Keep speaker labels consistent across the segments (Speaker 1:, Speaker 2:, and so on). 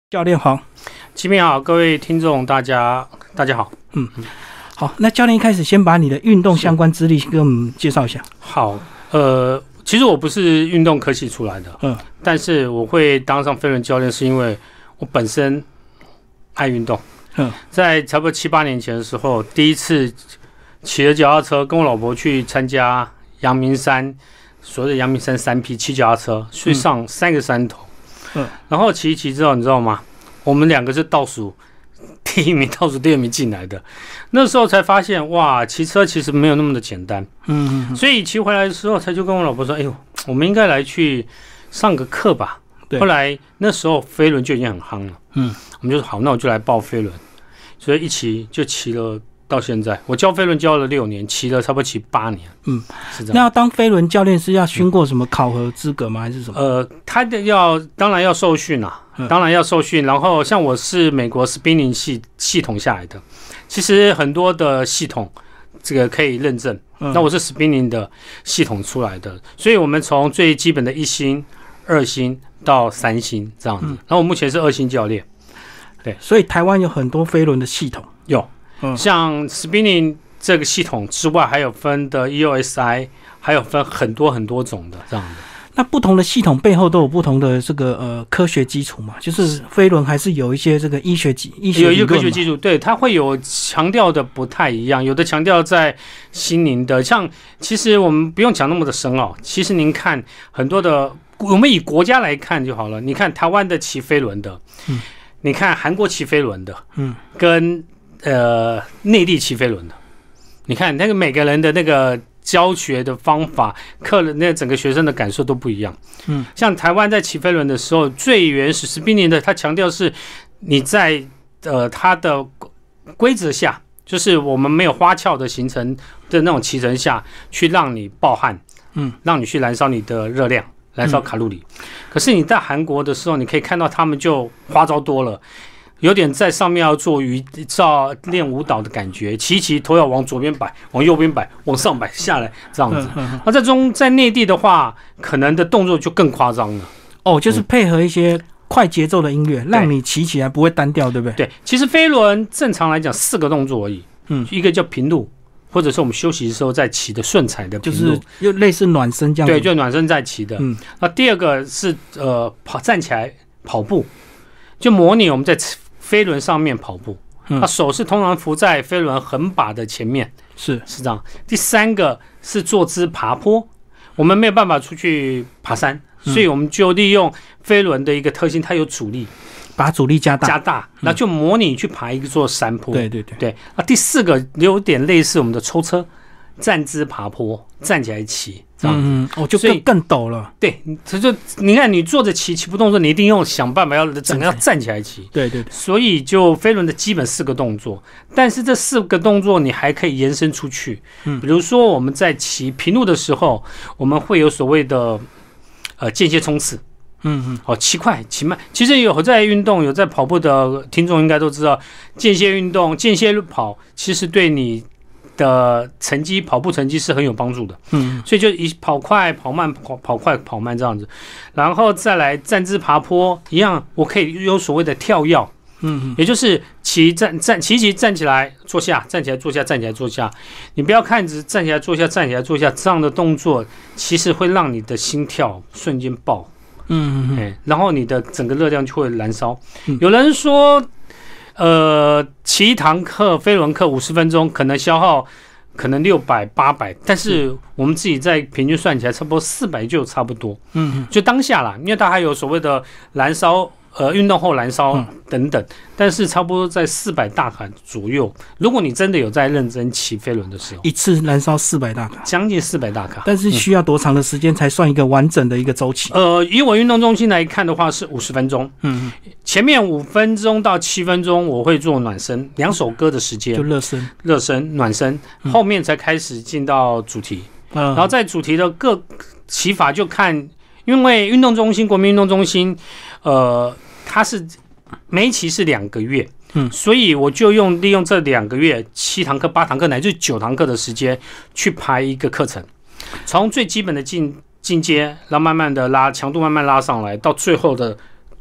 Speaker 1: 教练好，
Speaker 2: 齐明好，各位听众大家好。
Speaker 1: 好，那教练一开始先把你的运动相关资历给我们介绍一下。
Speaker 2: 好，其实我不是运动科系出来的，但是我会当上飞轮教练，是因为我本身爱运动。在差不多7、8年前的时候，第一次骑着脚踏车跟我老婆去参加阳明山，所谓的阳明山3P 骑脚踏车，去上3个山头。然后骑一骑之后，你知道吗？我们2个是倒数第1名、倒数第2名进来的。那时候才发现，哇，骑车其实没有那么的简单。所以骑回来的时候，他就跟我老婆说：“哎呦，我们应该来去上个课吧。”后来那时候飞轮就已经很夯了。我们就说好，那我就来报飞轮。所以一骑就骑了到现在。我教飞轮教了6年，骑了差不多骑8年。是这样。
Speaker 1: 那要当飞轮教练是要经过什么考核资格吗？还是什么？
Speaker 2: 他当然要受训啦，当然要受训。然后像我是美国 spinning 系统下来的，其实很多的系统这个可以认证。那我是 spinning 的系统出来的，所以我们从最基本的1星、2星到3星这样子。然后我目前是2星教练。对，
Speaker 1: 所以台湾有很多飞轮的系统，
Speaker 2: 有，像 spinning 这个系统之外，还有分的 EOSI， 还有分很多很多种的这样的。
Speaker 1: 那不同的系统背后都有不同的这个科学基础嘛，就是飞轮还是有一些这个医学
Speaker 2: 有一些科学基础，对，它会有强调的不太一样，有的强调在心灵的，像其实我们不用讲那么的深奥，其实您看很多的，我们以国家来看就好了，你看台湾的骑飞轮的，你看韩国骑飞轮的，跟内地骑飞轮的，你看那个每个人的那个教学的方法，课人那整个学生的感受都不一样。像台湾在骑飞轮的时候，最原始spinning的，他强调是你在它的规则下，就是我们没有花俏的形成的那种骑乘下去让你爆汗，让你去燃烧你的热量。燃烧卡路里，可是你在韩国的时候，你可以看到他们就花招多了，有点在上面要做练舞蹈的感觉，骑一骑头要往左边摆，往右边摆，往上摆下来这样子。那在内地的话，可能的动作就更夸张了。
Speaker 1: 就是配合一些快节奏的音乐，让你骑起来不会单调，对不对？
Speaker 2: 对，其实飞轮正常来讲4个动作而已。一个叫平路。或者是我们休息的时候在骑的顺踩的平路，
Speaker 1: 就是又类似暖身这样子。
Speaker 2: 对，就暖身在骑的。那第二个是站起来跑步，就模拟我们在飞轮上面跑步。那手是通常扶在飞轮横把的前面，是这样。第3个是坐姿爬坡，我们没有办法出去爬山，所以我们就利用飞轮的一个特性，它有阻力。
Speaker 1: 把阻力加大，
Speaker 2: 那就模拟去爬一座山坡。
Speaker 1: 对。
Speaker 2: 那第4个有点类似我们的抽车，站姿爬坡，站起来骑，这样子。
Speaker 1: 就更陡了。
Speaker 2: 对，就你看你坐着骑不动作，你一定要想办法整个要站起来骑。对。所以就飞轮的基本4个动作，但是这4个动作你还可以延伸出去。比如说我们在骑平路的时候，我们会有所谓的间歇冲刺。骑快骑慢，其实有在运动有在跑步的听众应该都知道，间歇运动间歇跑其实对你的跑步成绩是很有帮助的。所以就以跑快跑慢跑快跑慢这样子，然后再来站姿爬坡一样，我可以有所谓的跳跃。也就是骑站起来坐下，站起来坐下，站起来坐下。你不要看着站起来坐下站起来坐下这样的动作，其实会让你的心跳瞬间爆。然后你的整个热量就会燃烧。有人说，骑一堂课飞轮课50分钟，可能消耗可能600、800，但是我们自己在平均算起来，差不多400就差不多。就当下啦，因为它还有所谓的燃烧。运动后燃烧等等，但是差不多在400大卡左右。如果你真的有在认真骑飞轮的时候，
Speaker 1: 一次燃烧400大卡，
Speaker 2: 将近400大卡。
Speaker 1: 但是需要多长的时间才算一个完整的一个周期？
Speaker 2: 以我运动中心来看的话是50分钟。前面5分钟到7分钟我会做暖身，2首歌的时间
Speaker 1: 就热身
Speaker 2: 暖身，后面才开始进到主题。然后在主题的各骑法就看，因为国民运动中心，它是每一期是2个月，所以我就利用这2个月7堂课、8堂课乃至9堂课的时间去排一个课程，从最基本的进阶，然后慢慢的强度慢慢拉上来，到最后的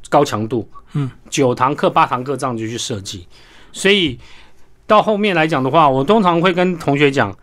Speaker 2: 高强度，9堂课、8堂课这样就去设计。所以到后面来讲的话，我通常会跟同学讲，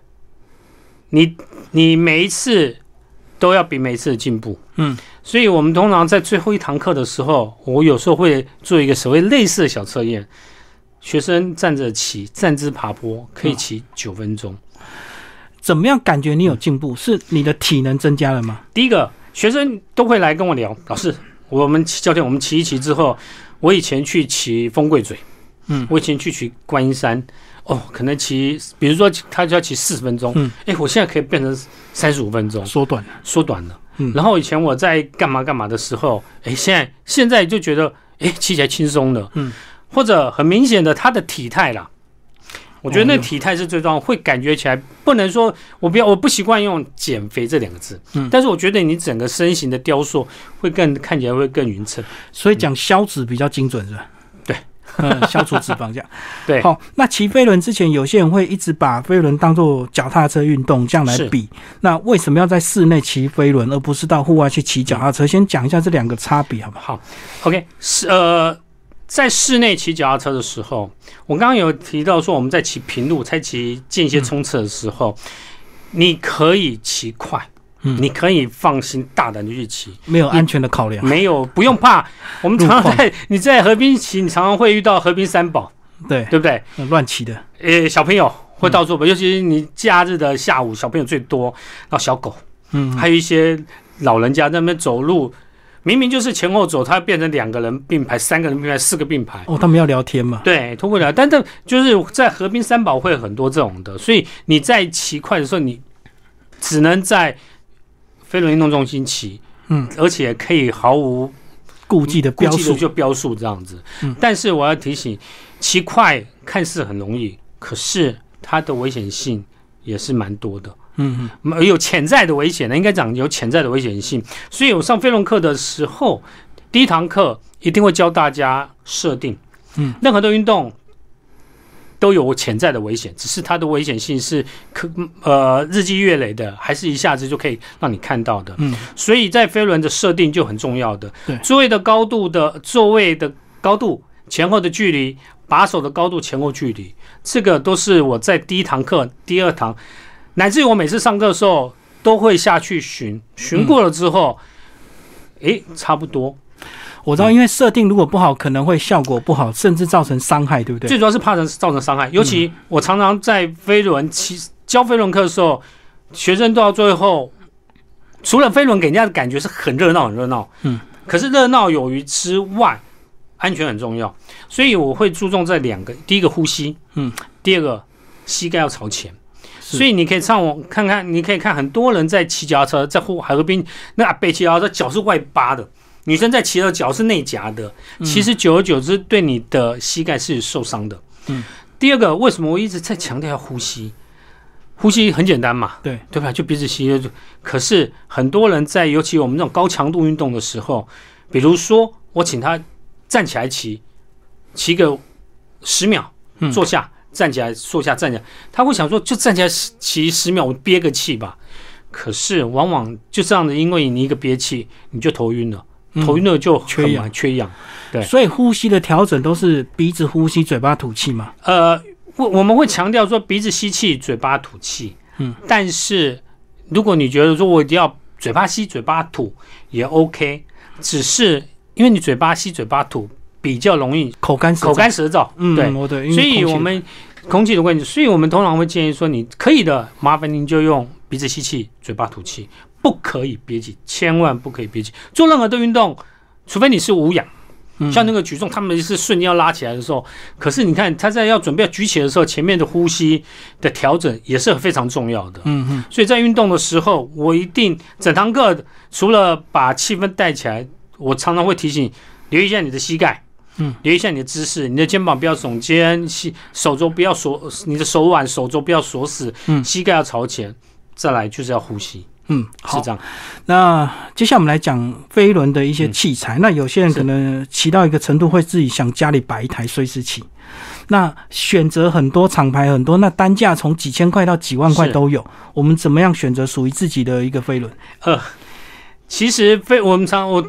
Speaker 2: 你每一次都要比每一次的进步。所以我们通常在最后一堂课的时候，我有时候会做一个所谓类似的小测验，学生站着骑，站姿爬坡，可以骑9分钟。
Speaker 1: 怎么样感觉你有进步？是你的体能增加了吗？
Speaker 2: 第一个，学生都会来跟我聊，老师，我们教练，我们骑一骑之后，我以前去骑风柜嘴，我以前去骑观音山，可能骑，比如说他就要骑40分钟，我现在可以变成35分钟，缩短了。然后以前我在干嘛的时候，现在就觉得，骑起来轻松了，或者很明显的他的体态啦。我觉得那体态是最重要，会感觉起来不能说我不习惯用减肥这2个字，但是我觉得你整个身形的雕塑会看起来会更匀称，
Speaker 1: 所以讲消脂比较精准是吧？
Speaker 2: 对，
Speaker 1: 消除脂肪这样。
Speaker 2: 对，
Speaker 1: 好，那骑飞轮之前，有些人会一直把飞轮当作脚踏车运动这样来比，那为什么要在室内骑飞轮，而不是到户外去骑脚踏车？先讲一下这2个差别好不好？
Speaker 2: 好 ，OK， 在室内骑脚踏车的时候，我刚刚有提到说，我们在骑平路、在骑间歇冲刺的时候，你可以骑快，你可以放心大胆的去骑，
Speaker 1: 没有安全的考量，
Speaker 2: 不用怕。我们常常你在河边骑，你常常会遇到河边三宝，对不对？
Speaker 1: 乱骑的，
Speaker 2: 小朋友会到处跑，尤其是你假日的下午，小朋友最多，然后小狗，还有一些老人家在那边走路。明明就是前后走，它变成2个人并排、3个人并排、4个并排。
Speaker 1: 他们要聊天嘛？
Speaker 2: 对，通过聊，但是就是在河滨三宝会有很多这种的，所以你在骑快的时候，你只能在飞轮运动中心骑，而且可以毫无
Speaker 1: 顾忌的
Speaker 2: 标速这样子。但是我要提醒，骑快看似很容易，可是它的危险性也是蛮多的。有潜在的危险的，应该讲有潜在的危险性。所以我上飞轮课的时候，第1堂课一定会教大家设定，任何的运动都有潜在的危险，只是它的危险性是日积月累的，还是一下子就可以让你看到的。所以在飞轮的设定就很重要的，座位的高度、前后的距离、把手的高度、前后距离，这个都是我在第1堂课、第2堂。乃至于我每次上课的时候都会下去巡过了之后，差不多。
Speaker 1: 我知道，因为设定如果不好，可能会效果不好，甚至造成伤害，对不对？
Speaker 2: 最主要是怕造成伤害。尤其我常常在飞轮教飞轮课的时候，学生到最后，除了飞轮给人家的感觉是很热闹，可是热闹有余之外，安全很重要，所以我会注重这2个：第一个呼吸，第2个膝盖要朝前。所以你可以上网看看，你可以看很多人在骑脚踏车，在河边，那阿伯骑脚踏车脚是外八的，女生在骑的脚是内夹的，其实久而久之对你的膝盖是受伤的。第2个，为什么我一直在强调要呼吸？呼吸很简单嘛，对吧？就鼻子吸。可是很多人在，尤其我们这种高强度运动的时候，比如说我请他站起来骑个10秒，坐下。站起来，坐下，站起来，他会想说，就站起来骑10秒，我憋个气吧。可是往往就这样的，因为你一个憋气，你就头晕了，头晕了就缺氧。对，
Speaker 1: 所以呼吸的调整都是鼻子呼吸，嘴巴吐气嘛。
Speaker 2: 我们会强调说鼻子吸气，嘴巴吐气。但是如果你觉得说我一定要嘴巴吸，嘴巴吐也 OK， 只是因为你嘴巴吸，嘴巴吐。比较容易
Speaker 1: 口干舌
Speaker 2: 燥，对，所以我们空气的问题，所以我们通常会建议说，你可以的，麻烦您就用鼻子吸气，嘴巴吐气，不可以憋气，千万不可以憋气。做任何的运动，除非你是无氧，像那个举重，他们是瞬间要拉起来的时候，可是你看他在要准备要举起的时候，前面的呼吸的调整也是非常重要的。所以在运动的时候，我一定整堂课除了把气氛带起来，我常常会提醒留意一下你的膝盖。留意一下你的姿势，你的肩膀不要耸肩，手肘不要锁，你的手腕、手肘不要锁死，膝盖要朝前。再来就是要呼吸，是这样。
Speaker 1: 那接下来我们来讲飞轮的一些器材。那有些人可能骑到一个程度，会自己想家里摆一台随时骑。那选择很多，厂牌很多，那单价从几千块到几万块都有。我们怎么样选择属于自己的一个飞轮？
Speaker 2: 其实我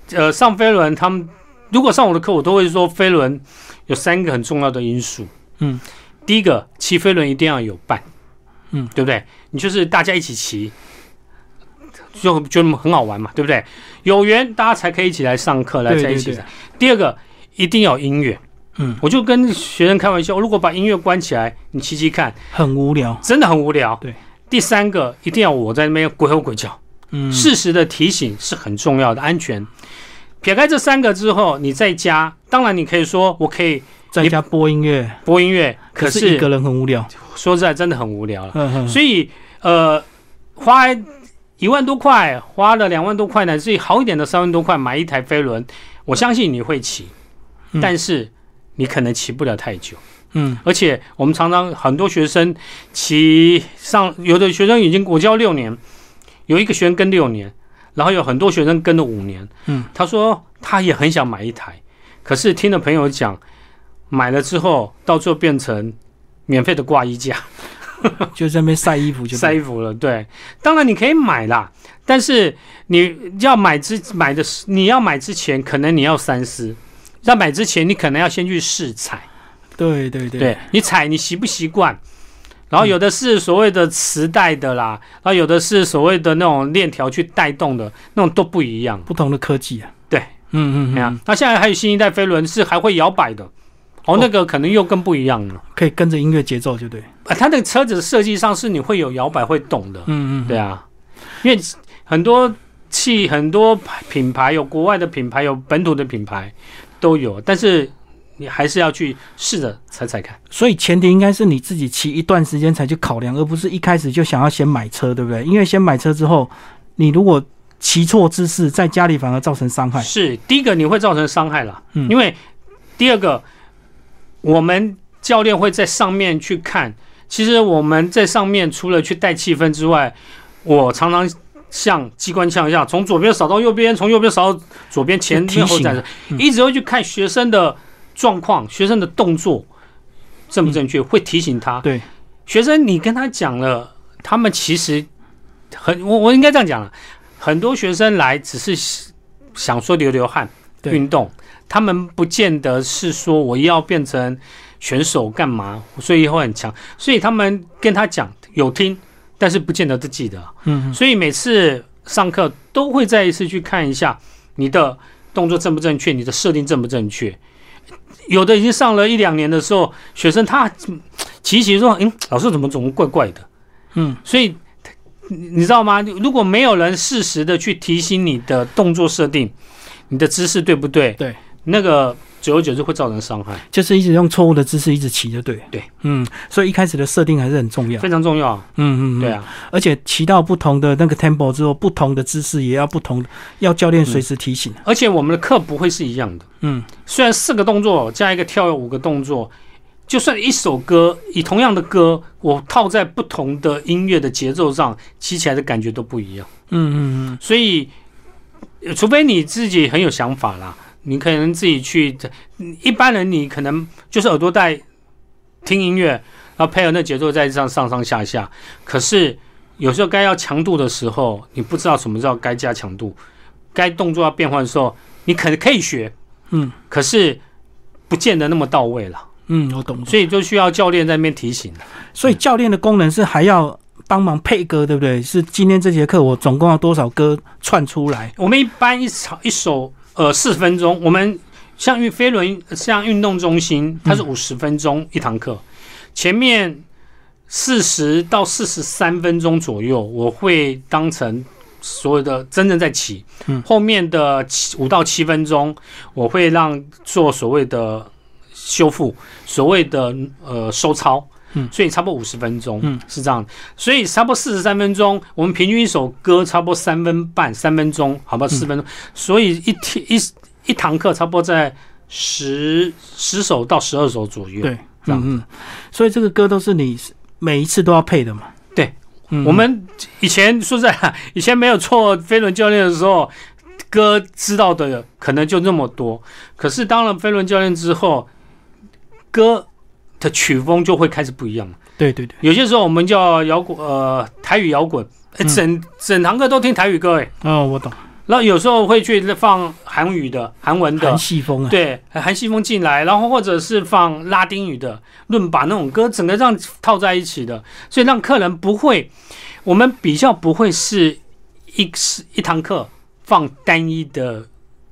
Speaker 2: 上飞轮，他们如果上我的课，我都会说飞轮有3个很重要的因素。第一个，骑飞轮一定要有伴，对不对？你就是大家一起骑，就觉得很好玩嘛，对不对？有缘大家才可以一起来上课，来在一起。第二个，一定要有音乐。我就跟学生开玩笑，如果把音乐关起来，你骑骑看，
Speaker 1: 很无聊，
Speaker 2: 真的很无聊。
Speaker 1: 对。
Speaker 2: 第3个，一定要我在那边鬼吼鬼叫，适时的提醒是很重要的，安全。撇开这3个之后，你在家，当然你可以说我可以
Speaker 1: 在家播音乐，可是一个人很无聊。
Speaker 2: 说实在，真的很无聊了。所以花1万多块，花了2万多块，乃至于好一点的3万多块买一台飞轮，我相信你会骑，但是你可能骑不了太久。而且我们常常很多学生骑上，有的学生我教6年，有一个学生跟6年，然后有很多学生跟了5年。他说他也很想买一台，可是听了朋友讲，买了之后到最后变成免费的挂衣架，
Speaker 1: 就在那边晒衣服
Speaker 2: 晒衣服了。对，当然你可以买啦，但是你要买之前，可能你要三思。在买之前，你可能要先去试踩。
Speaker 1: 对，
Speaker 2: 你踩你习不习惯？然后有的是所谓的磁带的啦，然后有的是所谓的那种链条去带动的，那种都不一样，
Speaker 1: 不同的科技啊。
Speaker 2: 对，那现在还有新一代飞轮是还会摇摆的，那个可能又更不一样了，
Speaker 1: 可以跟着音乐节奏，就对。
Speaker 2: 它那个车子的设计上是你会有摇摆会动的，对啊，因为很多品牌，有国外的品牌，有本土的品牌都有，但是你还是要去试着踩看。
Speaker 1: 所以前提应该是你自己骑一段时间才去考量，而不是一开始就想要先买车，对不对？因为先买车之后，你如果骑错姿势，在家里反而造成伤害。
Speaker 2: 是，第一个你会造成伤害啦，因为第二个，我们教练会在上面去看。其实我们在上面除了去带气氛之外，我常常像机关枪一样，从左边扫到右边，从右边扫到左边，前面后站，一直会去看学生的状况，学生的动作正不正确，会提醒他。
Speaker 1: 对，
Speaker 2: 学生你跟他讲了，他们其实我应该这样讲了，很多学生来只是想说流汗运动，他们不见得是说我要变成选手干嘛，所以会很强，所以他们跟他讲有听，但是不见得都记得。所以每次上课都会再一次去看一下你的动作正不正确，你的设定正不正确。有的已经上了1-2年的时候，学生他骑说，老师怎么总怪怪的？所以你知道吗？如果没有人适时的去提醒你的动作设定，你的姿势对不对？
Speaker 1: 对，
Speaker 2: 那个久而久之会造成伤害，
Speaker 1: 就是一直用错误的姿势一直骑就对。
Speaker 2: 对，
Speaker 1: 所以一开始的设定还是很重要，
Speaker 2: 非常重要。对啊，
Speaker 1: 而且骑到不同的那个 tempo 之后，不同的姿势也要不同，要教练随时提醒。
Speaker 2: 而且我们的课不会是一样的。虽然4个动作加一个跳跃5个动作，就算一首歌，以同样的歌，我套在不同的音乐的节奏上，骑起来的感觉都不一样。所以除非你自己很有想法啦，你可能自己去。一般人你可能就是耳朵戴听音乐，然后配合那节奏在上上下下。可是有时候该要强度的时候，你不知道什么叫该加强度，该动作要变换的时候，你可以学，可是不见得那么到位了。
Speaker 1: 我懂。
Speaker 2: 所以就需要教练在那边提醒。
Speaker 1: 所以教练的功能是还要帮忙配歌，对不对？是今天这节课我总共要多少歌串出来？
Speaker 2: 我们一般一首40分钟，我们像飞轮像运动中心，它是50分钟一堂课，前面40到43分钟左右，我会当成所有的真正在骑，后面的5到7分钟，我会让做所谓的修复，所谓的收操。所以差不多50分钟，是这样。所以差不多43分钟，我们平均一首歌差不多3分半3分钟，好不好？4分钟。所以一堂课差不多在10首到12首左右。
Speaker 1: 对，这样。所以这个歌都是你每一次都要配的嘛？
Speaker 2: 对，我们以前说实在，以前没有做飞轮教练的时候，歌知道的可能就那么多。可是当了飞轮教练之后，歌的曲风就会开始不一样了。
Speaker 1: 对，
Speaker 2: 有些时候我们叫摇滚，台语摇滚，整堂课都听台语歌，
Speaker 1: 我懂。
Speaker 2: 然后有时候会去放韩语的、韩文的、
Speaker 1: 韩系风啊，
Speaker 2: 对，韩系风进来，然后或者是放拉丁语的论把那种歌，整个这样套在一起的，所以让客人不会，我们比较不会是一堂课放单一的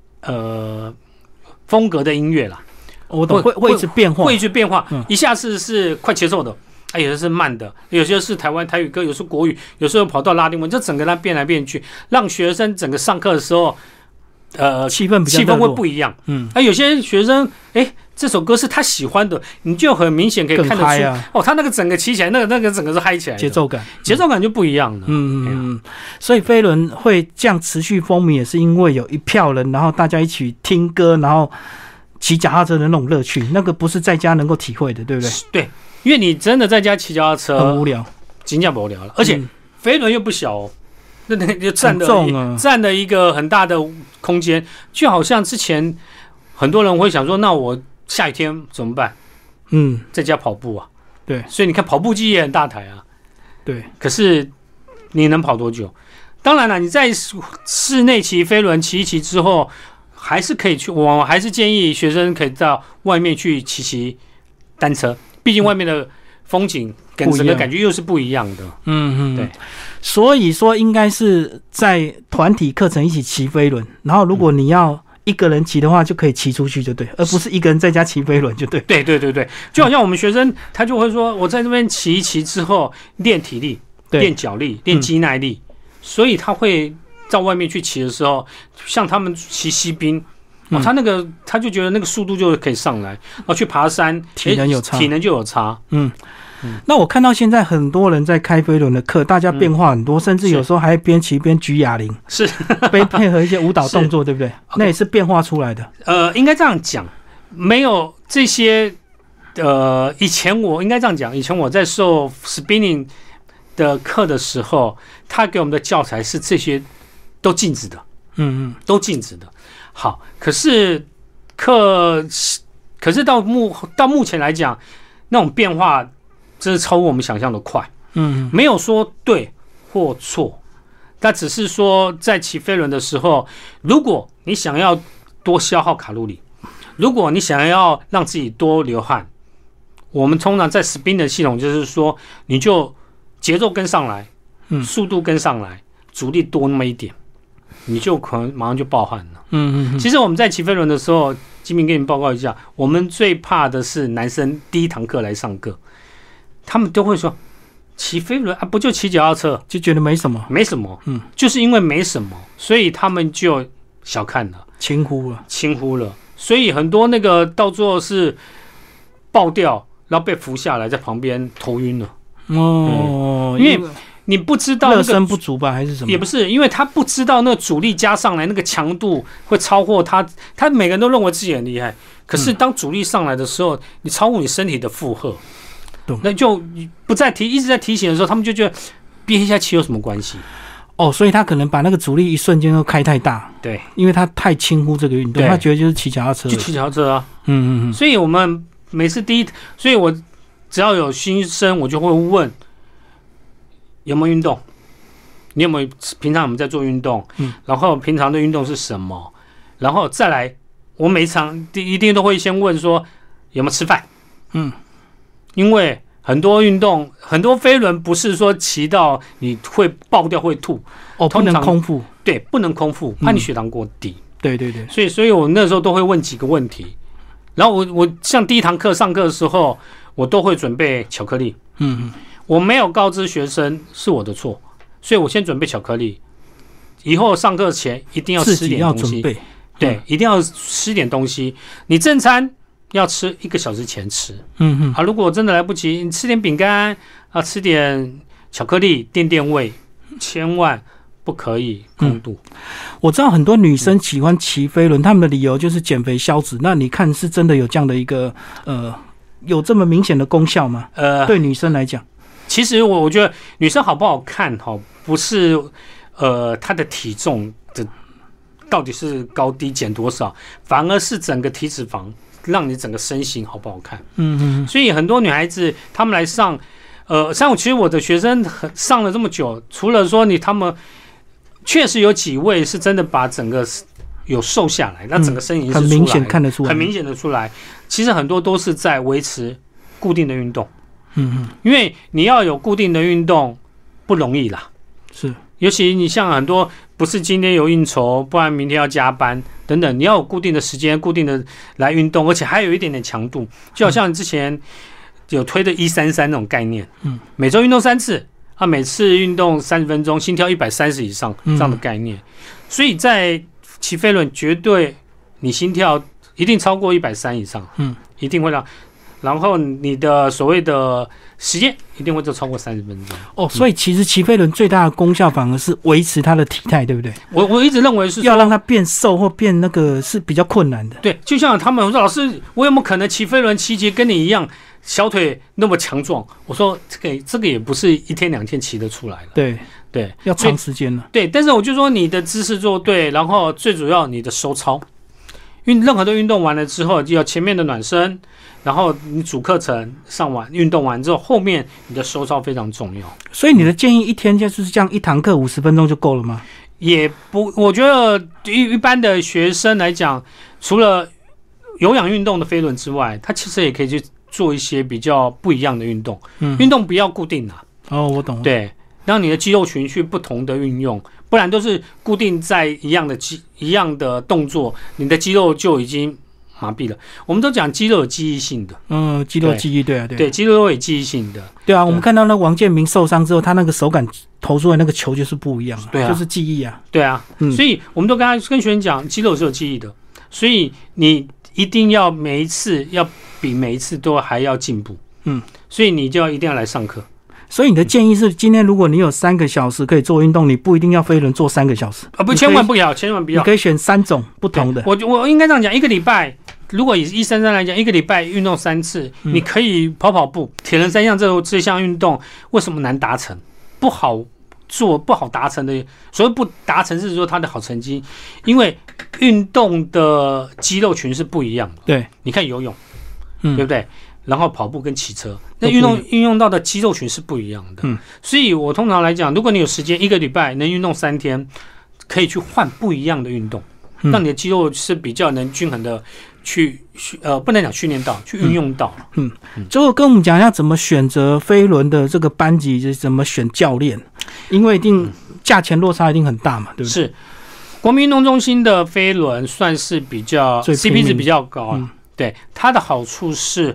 Speaker 2: 风格的音乐啦。
Speaker 1: 我都会一直变化，
Speaker 2: 会一直变化，一下子是快节奏的。有的是慢的，有些是台湾台语歌，有时国语，有时候跑到拉丁文，就整个它变来变去，让学生整个上课的时候，
Speaker 1: 气氛
Speaker 2: 会不一样。有些学生，这首歌是他喜欢的，你就很明显可以看得出，他那个整个起起来，那个整个是嗨起来的，节奏感就不一样了。
Speaker 1: 所以飞轮会这样持续风靡，也是因为有一票人，然后大家一起听歌，然后骑脚踏车的那种乐趣，那个不是在家能够体会的，对不对？
Speaker 2: 对。因为你真的在家骑脚踏车
Speaker 1: 很无聊，
Speaker 2: 真的无聊了，而且飞轮又不小哦，那就占了一个很大的空间，就好像之前很多人会想说，那我下雨天怎么办？在家跑步啊，
Speaker 1: 对，
Speaker 2: 所以你看跑步机也很大台啊，
Speaker 1: 对，
Speaker 2: 可是你能跑多久？当然了，你在室内骑飞轮骑一骑之后，还是可以去，我还是建议学生可以到外面去骑单车。毕竟外面的风景跟整个感觉又是不一样的，对，
Speaker 1: 所以说应该是在团体课程一起骑飞轮，然后如果你要一个人骑的话，就可以骑出去就对，而不是一个人在家骑飞轮就对。
Speaker 2: 对，就好像我们学生他就会说，我在这边骑一骑之后练体力、练脚力、练肌耐力，所以他会到外面去骑的时候，像他们骑西滨。他就觉得那个速度就可以上来，然后去爬山，体能就有差。
Speaker 1: 那我看到现在很多人在开飞轮的课，大家变化很多，甚至有时候还边骑边举哑铃，
Speaker 2: 是
Speaker 1: 配合一些舞蹈动作，对不对？那也是变化出来的。
Speaker 2: 应该这样讲，没有这些以前我应该这样讲，以前我在受 spinning 的课的时候，他给我们的教材是这些都禁止的，都禁止的。好，可是到目前来讲，那种变化真是超乎我们想象的快。没有说对或错，但只是说在骑飞轮的时候，如果你想要多消耗卡路里，如果你想要让自己多流汗，我们通常在 spin 的系统就是说，你就节奏跟上来，速度跟上来，阻力多那么一点，你就可能马上就爆汗了。其实我们在骑飞轮的时候，金明跟你们报告一下，我们最怕的是男生第一堂课来上课，他们都会说骑飞轮不就骑脚踏车，
Speaker 1: 就觉得没什么，
Speaker 2: 就是因为没什么，所以他们就小看了，
Speaker 1: 轻忽了，
Speaker 2: 所以很多那个到最后是爆掉，然后被扶下来，在旁边头晕了。因为你不知道热
Speaker 1: 身不足吧，还是什么？
Speaker 2: 也不是，因为他不知道那个阻力加上来，那个强度会超过他。他每个人都认为自己很厉害，可是当阻力上来的时候，你超过你身体的负荷，那就不再一直在提醒的时候，他们就觉得憋一下气有什么关系？
Speaker 1: 所以他可能把那个阻力一瞬间都开太大，
Speaker 2: 对，
Speaker 1: 因为他太轻忽这个运动，他觉得就是骑脚踏车，
Speaker 2: 就骑脚踏车啊。所以我们每次所以我只要有新生，我就会问。有没有运动？你有没有平常我们在做运动？然后平常的运动是什么？然后再来，我每一场一定都会先问说有没有吃饭？因为很多运动，很多飞轮不是说骑到你会爆掉会吐，
Speaker 1: 不能空腹，
Speaker 2: 对，不能空腹，怕你血糖过低。
Speaker 1: 对，
Speaker 2: 所以我那时候都会问几个问题。然后我像第一堂课上课的时候，我都会准备巧克力。我没有告知学生是我的错，所以我先准备巧克力，以后上课前一定要吃点东西。对，一定要吃点东西。你正餐要吃1个小时前吃。如果真的来不及，你吃点饼干吃点巧克力垫胃，千万不可以空肚。
Speaker 1: 我知道很多女生喜欢骑飞轮，她们的理由就是减肥消脂。那你看是真的有这样的一个有这么明显的功效吗？对女生来讲。
Speaker 2: 其实我觉得女生好不好看不是她的体重的到底是高低减多少，反而是整个体脂肪让你整个身形好不好看。所以很多女孩子她们来上，像其实我的学生上了这么久，除了说他们确实有几位是真的把整个有瘦下来，那整个身形是
Speaker 1: 很明显看得出来，
Speaker 2: 很明显的出来。其实很多都是在维持固定的运动，因为你要有固定的运动不容易啦，
Speaker 1: 是，
Speaker 2: 尤其你像很多不是今天有应酬，不然明天要加班等等，你要有固定的时间，固定的来运动，而且还有一点点强度，就好像之前有推的133那种概念，每周运动3次。每次运动30分钟，心跳130以上这样的概念，所以在骑飞轮绝对你心跳一定超过130以上，一定会然后你的所谓的时间一定会就超过30分钟。
Speaker 1: 所以其实骑飞轮最大的功效反而是维持它的体态，对不对？
Speaker 2: 我一直认为是
Speaker 1: 要让它变瘦或变那个是比较困难的。
Speaker 2: 对，就像他们说，老师，我有没有可能骑飞轮骑跟你一样？小腿那么强壮，我说这个也不是1天2天骑得出来了。对，
Speaker 1: 要长时间了。
Speaker 2: 对，但是我就说你的姿势做对，然后最主要你的收操，因为任何的运动完了之后，就要前面的暖身，然后你主课程上完运动完之后，后面你的收操非常重要。
Speaker 1: 所以你的建议一天就是这样，一堂课50分钟就够了吗？
Speaker 2: 也不，我觉得一般的学生来讲，除了有氧运动的飞轮之外，他其实也可以去做一些比较不一样的运动，运动不要固定啊。
Speaker 1: 我懂了。
Speaker 2: 对，让你的肌肉群去不同的运用，不然都是固定在一样的动作，你的肌肉就已经麻痹了。我们都讲肌肉有记忆性的，
Speaker 1: 肌肉记忆，对，
Speaker 2: 肌肉都有记忆性的。
Speaker 1: 对啊，我们看到那王建民受伤之后，他那个手感投出来那个球就是不一样，
Speaker 2: 对啊，
Speaker 1: 就是记忆啊。
Speaker 2: 对啊，所以我们都跟学员讲，肌肉是有记忆的，所以你一定要每一次要比每一次都还要进步，所以你就一定要来上课。
Speaker 1: 所以你的建议是，今天如果你有3个小时可以做运动，你不一定要飞轮做3个小时
Speaker 2: 不，千万不要，你
Speaker 1: 可以选3种不同的。
Speaker 2: 我应该这样讲，一个礼拜，如果以133来讲，一个礼拜运动3次，你可以跑步，铁人3项这项运动为什么难达成？不好做，不好达成的，所谓不达成是说它的好成绩，因为运动的肌肉群是不一样的。
Speaker 1: 对，
Speaker 2: 你看游泳，对不对？然后跑步跟骑车，那运用到的肌肉群是不一样的。所以我通常来讲，如果你有时间，一个礼拜能运动3天，可以去换不一样的运动，让你的肌肉是比较能均衡的去不能讲训练到，去运用到。
Speaker 1: 最后跟我们讲一下怎么选择飞轮的这个班级，怎么选教练，因为一定价钱落差一定很大嘛，对不对？
Speaker 2: 是，国民运动中心的飞轮算是比较 CP 值比较高对，它的好处是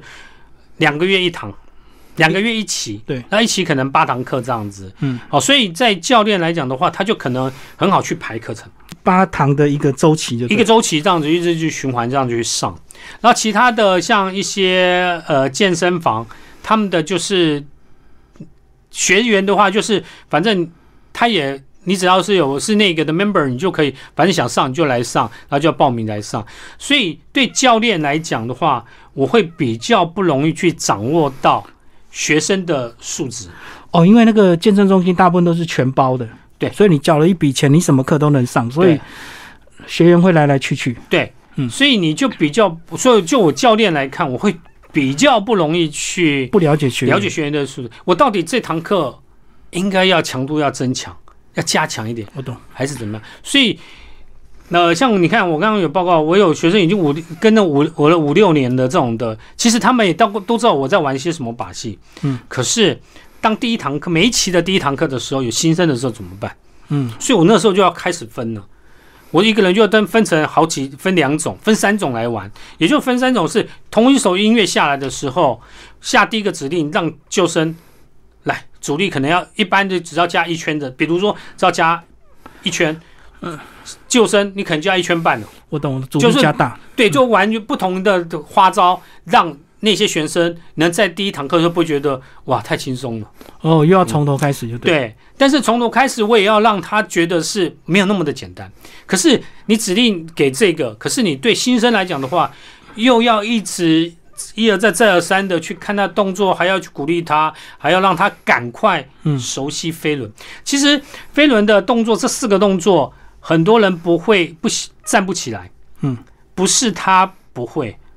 Speaker 2: 2个月1堂，2个月1期，
Speaker 1: 对，
Speaker 2: 那1期可能8堂课这样子，所以在教练来讲的话，他就可能很好去排课程
Speaker 1: ，8堂的一个周期一
Speaker 2: 个周期这样子一直去循环这样子去上，然后其他的像一些健身房，他们的就是学员的话，就是反正他也。你只要是那个的 member， 你就可以，反正想上你就来上，然后就要报名来上。所以对教练来讲的话，我会比较不容易去掌握到学生的素质。
Speaker 1: 因为那个健身中心大部分都是全包的，对，所以你缴了一笔钱，你什么课都能上，所以学员会来来去去。
Speaker 2: 对，所以你就比较，所以就我教练来看，我会比较不容易去
Speaker 1: 不了解学
Speaker 2: 员的素质。我到底这堂课应该要强度要增强。要加强一点，
Speaker 1: 我懂，
Speaker 2: 还是怎么样？所以，像你看，我刚刚有报告，我有学生已经跟了我了5-6年的这种的，其实他们也都知道我在玩些什么把戏。可是当第一堂课每一期的第一堂课的时候，有新生的时候怎么办？所以我那时候就要开始分了。我一个人就要分成分2种，分3种来玩，也就分3种是同一首音乐下来的时候，下第一个指令让救生。来，主力可能要一般的只要加1圈的，比如说只要加1圈，救生你可能就要1圈半了。
Speaker 1: 我懂，主力加大，
Speaker 2: 对，就完全不同的花招，让那些学生能在第一堂课就不会觉得哇太轻松了。
Speaker 1: 又要从头开始就对。
Speaker 2: 对，但是从头开始我也要让他觉得是没有那么的简单。可是你指令给这个，可是你对新生来讲的话，又要一直。一而再再而三的去看他动作，还要去鼓励他，还要让他赶快熟悉飞轮。其实飞轮的动作这4个动作，很多人站不起来。不是他不会，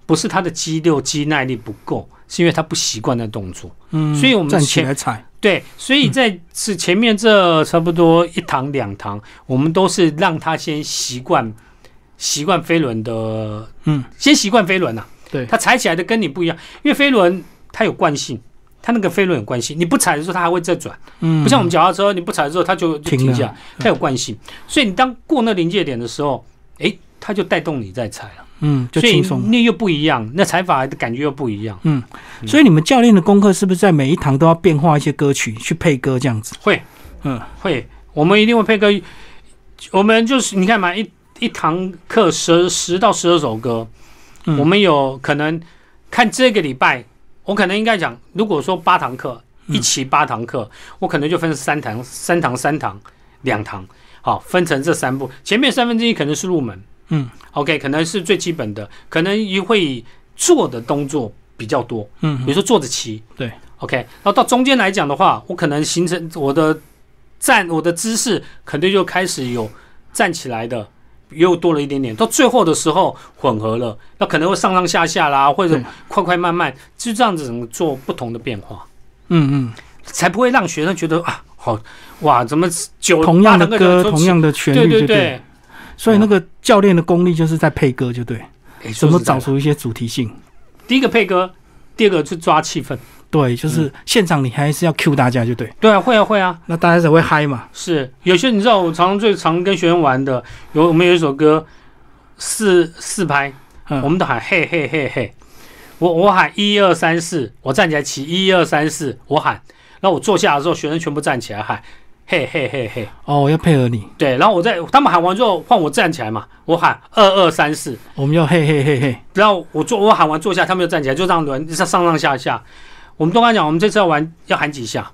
Speaker 2: 不是他的肌肉肌耐力不够，是因为他不习惯的动作。所以我们
Speaker 1: 站起来踩。
Speaker 2: 对，所以在前面这差不多1堂2堂，我们都是让他先习惯飞轮的，先习惯飞轮啊。
Speaker 1: 对，
Speaker 2: 他踩起来的跟你不一样，因为飞轮它有惯性。它那个飞轮有惯性，你不踩的时候它还会再转，不像我们脚踏车，你不踩的时候它就停下，它有惯性，所以你当过那临界点的时候，它就带动你再踩了，
Speaker 1: 就轻松，
Speaker 2: 所以那又不一样，那踩法的感觉又不一样，
Speaker 1: 所以你们教练的功课是不是在每一堂都要变化一些歌曲去配歌这样子？
Speaker 2: 会，会，我们一定会配歌，我们就是你看嘛，一堂课10到12首歌，我们有可能看这个礼拜。我可能应该讲，如果说8堂课，一期8堂课，我可能就分3堂、2堂，好，分成这3部。前面1/3可能是入门，OK， 可能是最基本的，可能会做的动作比较多，比如说坐着骑，
Speaker 1: 对
Speaker 2: ，OK， 然后到中间来讲的话，我可能形成我的姿势，肯定就开始有站起来的。又多了一点点，到最后的时候混合了，那可能会上上下下啦，或者快快慢慢，就这样子做不同的变化，才不会让学生觉得啊，好哇，怎么
Speaker 1: 同样的歌，同样的旋律，
Speaker 2: 对，
Speaker 1: 所以那个教练的功力就是在配歌，就对，怎么找出一些主题性？
Speaker 2: 第一个配歌，第二个是抓气氛。
Speaker 1: 对，就是现场你还是要 cue 大家就对。
Speaker 2: 对啊，会啊。
Speaker 1: 那大家才会嗨嘛。
Speaker 2: 是，有些你知道，我最常跟学生玩的，我们有一首歌四拍，我们都喊嘿嘿嘿嘿。我喊1 2 3 4，我站起来骑1 2 3 4，我喊，然后我坐下的时候，学生全部站起来喊嘿嘿嘿嘿。
Speaker 1: 哦，要配合你。
Speaker 2: 对，然后他们喊完之后换我站起来嘛，我喊2 2 3 4，
Speaker 1: 我们要嘿嘿嘿嘿。
Speaker 2: 然后我喊完坐下，他们又站起来，就这样轮上上下下。我们都跟他讲，我们这次要喊几下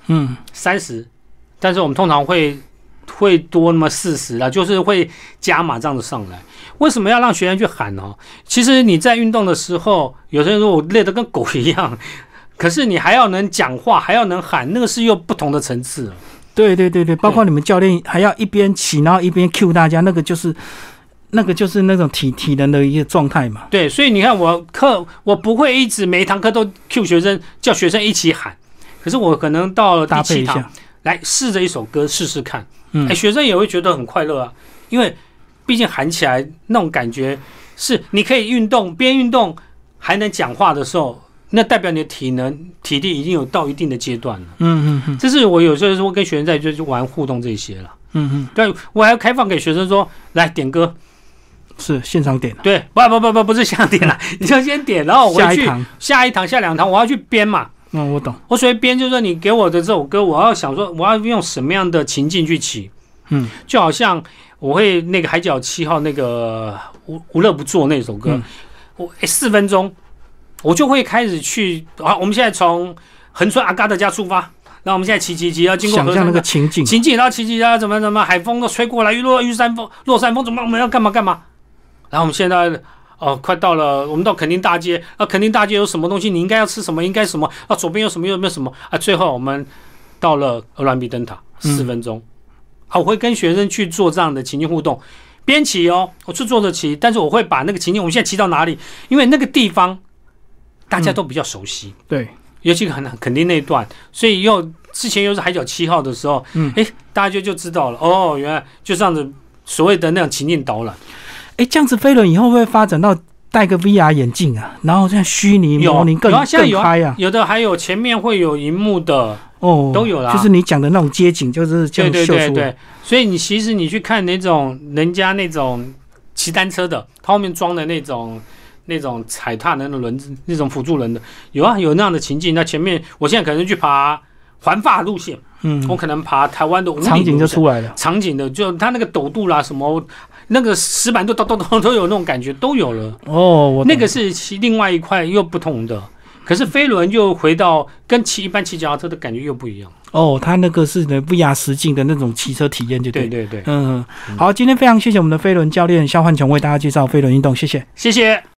Speaker 2: ，30，但是我们通常会多那么40啦，就是会加码这样子上来。为什么要让学员去喊呢？其实你在运动的时候，有些人说我累得跟狗一样，可是你还要能讲话，还要能喊，那个是又不同的层次了。
Speaker 1: 对，包括你们教练还要一边骑，然后一边 cue 大家，那个就是那种体能的一个状态嘛。
Speaker 2: 对，所以你看我不会一直每一堂课都 cue 学生，叫学生一起喊。可是我可能到了第7堂，来试着一首歌试试看。学生也会觉得很快乐啊，因为毕竟喊起来那种感觉是你可以边运动还能讲话的时候，那代表你的体力已经有到一定的阶段了。这是我有时候跟学生在就玩互动这些了。对，我还要开放给学生说，来点歌。
Speaker 1: 是现场点，
Speaker 2: 对，不是现场点啦，你就先点，然后我回去下一堂、下2堂，我要去编嘛。
Speaker 1: 我懂。
Speaker 2: 我所谓编就是说，你给我的这首歌，我要想说，我要用什么样的情境去骑。就好像我会那个海角7号那个无乐不作那首歌，我4分钟，我就会开始去啊。我们现在从横村阿嘎的家出发。然后我们现在骑，要经过
Speaker 1: 想象那个情境，
Speaker 2: 然后骑啊，怎么，海风都吹过来，落山风，怎么我们要干嘛？然后我们现在快到了，我们到垦丁大街啊，垦丁大街有什么东西？你应该要吃什么？应该什么？啊，左边有什么？有没有什么？啊，最后我们到了鹅銮鼻灯塔，4分钟。我会跟学生去做这样的情境互动，边骑我去坐着骑，但是我会把那个情境，我们现在骑到哪里？因为那个地方大家都比较熟悉，
Speaker 1: 对，
Speaker 2: 尤其垦丁那一段，所以之前又是海角7号的时候，大家就知道了，原来就这样子所谓的那种情境导览。
Speaker 1: 这样子飞轮以后会不会发展到戴个 VR 眼镜啊，然后这样虚拟模拟更嗨啊？有
Speaker 2: 的还有前面会有萤幕的都有啦，
Speaker 1: 就是你讲的那种街景，就是这样秀出来。
Speaker 2: 对，所以其实你去看那种人家那种骑单车的，他后面装的那种踩踏的那种轮子，那种辅助轮的，有那样的情境。那前面我现在可能去爬环法路线，我可能爬台湾的5里
Speaker 1: 场景就出来了，
Speaker 2: 场景的就它那个陡度啦，什么那个石板都有那种感觉，都有了。那个是另外一块又不同的。可是飞轮又回到跟一般骑脚踏车的感觉又不一样。它
Speaker 1: 那个是 VR 实境的那种骑车体验，就对。
Speaker 2: 对。
Speaker 1: 好，今天非常谢谢我们的飞轮教练萧焕琼为大家介绍飞轮运动，谢谢。